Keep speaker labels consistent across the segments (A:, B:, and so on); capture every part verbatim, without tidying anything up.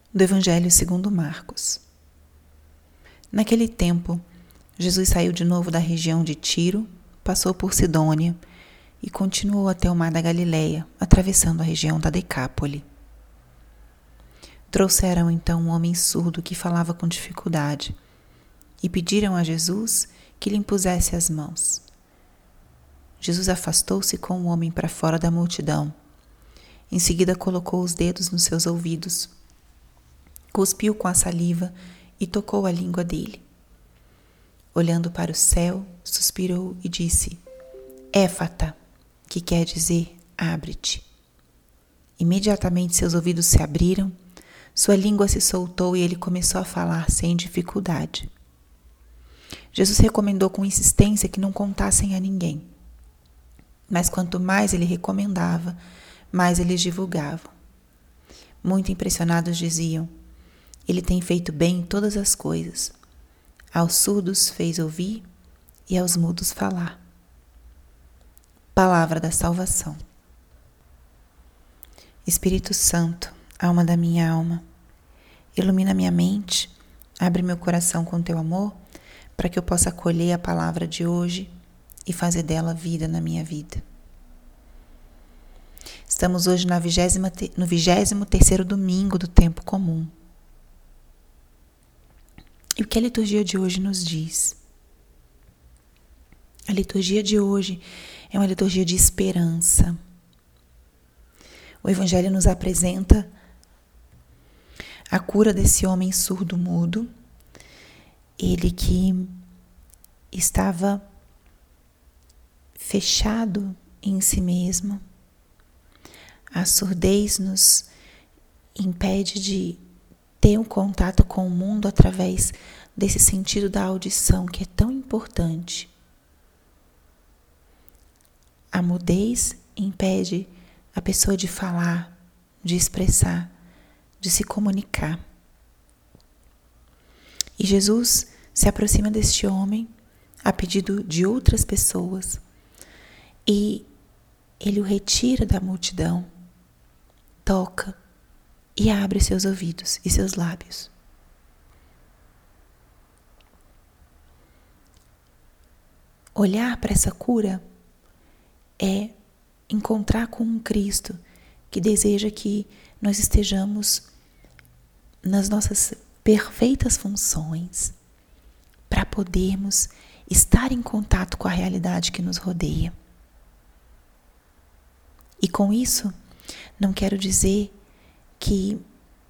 A: do Evangelho segundo Marcos. Naquele tempo, Jesus saiu de novo da região de Tiro, passou por Sidônia e continuou até o mar da Galileia, atravessando a região da Decápole. Trouxeram então um homem surdo que falava com dificuldade e pediram a Jesus que lhe impusesse as mãos. Jesus afastou-se com o homem para fora da multidão. Em seguida colocou os dedos nos seus ouvidos, cuspiu com a saliva e tocou a língua dele. Olhando para o céu, suspirou e disse: Éfata, que quer dizer abre-te. Imediatamente seus ouvidos se abriram, sua língua se soltou e ele começou a falar sem dificuldade. Jesus recomendou com insistência que não contassem a ninguém. Mas quanto mais ele recomendava, mais eles divulgavam. Muito impressionados diziam: Ele tem feito bem em todas as coisas. Aos surdos fez ouvir e aos mudos falar. Palavra da salvação. Espírito Santo, alma da minha alma, ilumina minha mente, abre meu coração com teu amor, para que eu possa acolher a palavra de hoje e fazer dela vida na minha vida. Estamos hoje na vigésima, no vigésimo terceiro domingo do tempo comum. E o que a liturgia de hoje nos diz? A liturgia de hoje é uma liturgia de esperança. O Evangelho nos apresenta a cura desse homem surdo-mudo, ele que estava fechado em si mesmo. A surdez nos impede de ter um contato com o mundo através desse sentido da audição que é tão importante. A mudez impede a pessoa de falar, de expressar, de se comunicar. E Jesus se aproxima deste homem a pedido de outras pessoas e ele o retira da multidão, toca e abre seus ouvidos e seus lábios. Olhar para essa cura é encontrar com um Cristo que deseja que nós estejamos nas nossas perfeitas funções para podermos estar em contato com a realidade que nos rodeia. E com isso, não quero dizer que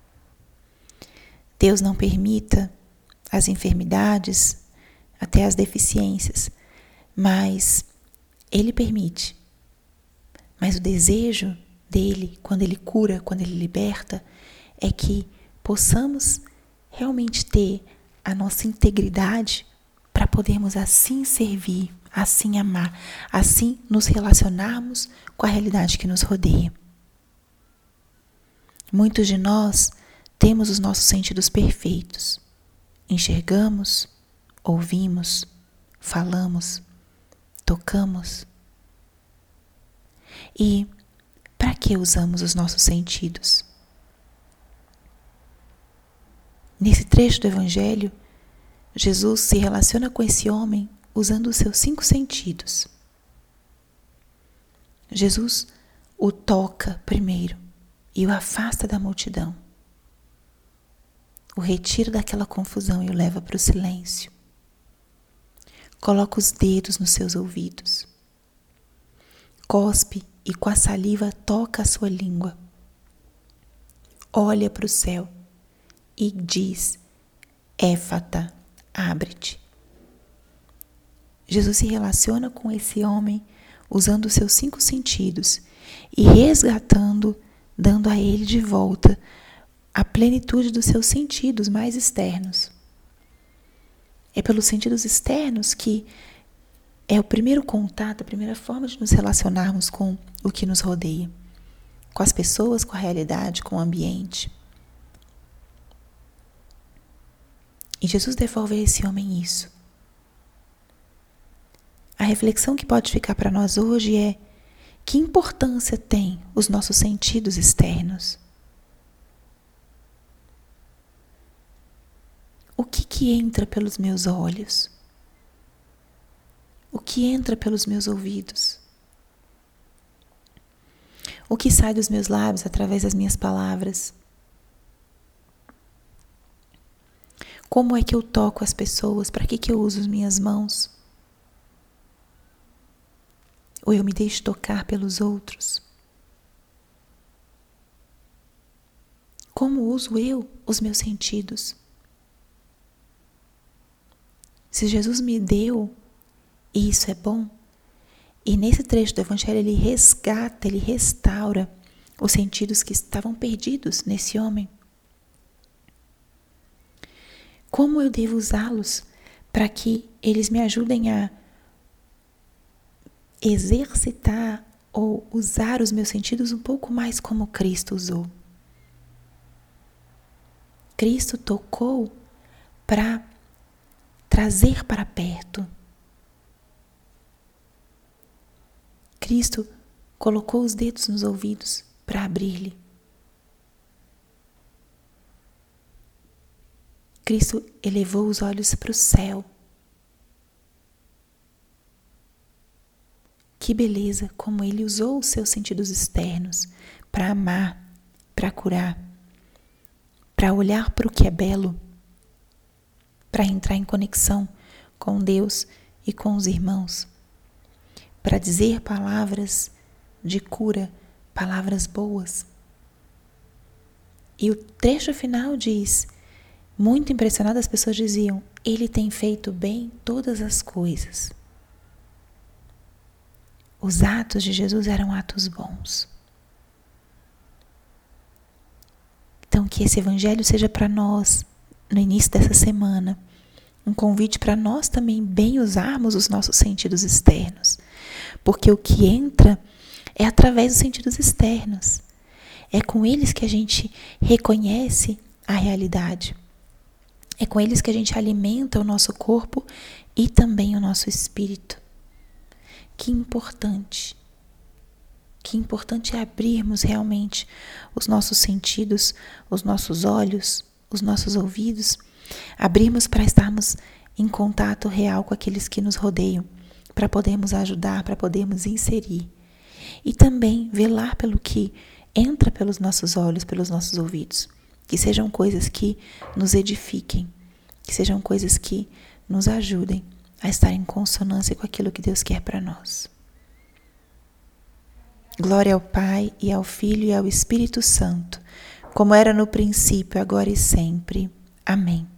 A: Deus não permita as enfermidades, até as deficiências, mas Ele permite. Mas o desejo dele, quando Ele cura, quando Ele liberta, é que possamos realmente ter a nossa integridade para podermos assim servir, assim amar, assim nos relacionarmos com a realidade que nos rodeia. Muitos de nós temos os nossos sentidos perfeitos. Enxergamos, ouvimos, falamos, tocamos. E para que usamos os nossos sentidos? Nesse trecho do Evangelho, Jesus se relaciona com esse homem usando os seus cinco sentidos. Jesus o toca primeiro e o afasta da multidão. O retira daquela confusão e o leva para o silêncio. Coloca os dedos nos seus ouvidos. Cospe e com a saliva toca a sua língua. Olha para o céu e diz: Éfata, abre-te. Jesus se relaciona com esse homem usando os seus cinco sentidos e resgatando, dando a ele de volta a plenitude dos seus sentidos mais externos. É pelos sentidos externos que é o primeiro contato, a primeira forma de nos relacionarmos com o que nos rodeia, com as pessoas, com a realidade, com o ambiente. E Jesus devolve a esse homem isso. A reflexão que pode ficar para nós hoje é: que importância tem os nossos sentidos externos? O que que entra pelos meus olhos? O que entra pelos meus ouvidos? O que sai dos meus lábios através das minhas palavras? Como é que eu toco as pessoas? Para que que eu uso as minhas mãos? Ou eu me deixo tocar pelos outros? Como uso eu os meus sentidos? Se Jesus me deu, e isso é bom, e nesse trecho do Evangelho ele resgata, ele restaura os sentidos que estavam perdidos nesse homem. Como eu devo usá-los para que eles me ajudem a exercitar ou usar os meus sentidos um pouco mais como Cristo usou? Cristo tocou para trazer para perto. Cristo colocou os dedos nos ouvidos para abrir-lhe. Cristo elevou os olhos para o céu. Que beleza como ele usou os seus sentidos externos para amar, para curar, para olhar para o que é belo, para entrar em conexão com Deus e com os irmãos, para dizer palavras de cura, palavras boas. E o trecho final diz, muito impressionado, as pessoas diziam, ele tem feito bem todas as coisas. Os atos de Jesus eram atos bons. Então, que esse evangelho seja para nós, no início dessa semana, um convite para nós também bem usarmos os nossos sentidos externos. Porque o que entra é através dos sentidos externos. É com eles que a gente reconhece a realidade. É com eles que a gente alimenta o nosso corpo e também o nosso espírito. Que importante. Que importante é abrirmos realmente os nossos sentidos, os nossos olhos, os nossos ouvidos, abrirmos para estarmos em contato real com aqueles que nos rodeiam, para podermos ajudar, para podermos inserir. E também velar pelo que entra pelos nossos olhos, pelos nossos ouvidos. Que sejam coisas que nos edifiquem, que sejam coisas que nos ajudem a estar em consonância com aquilo que Deus quer para nós. Glória ao Pai, e ao Filho, e ao Espírito Santo, como era no princípio, agora e sempre. Amém.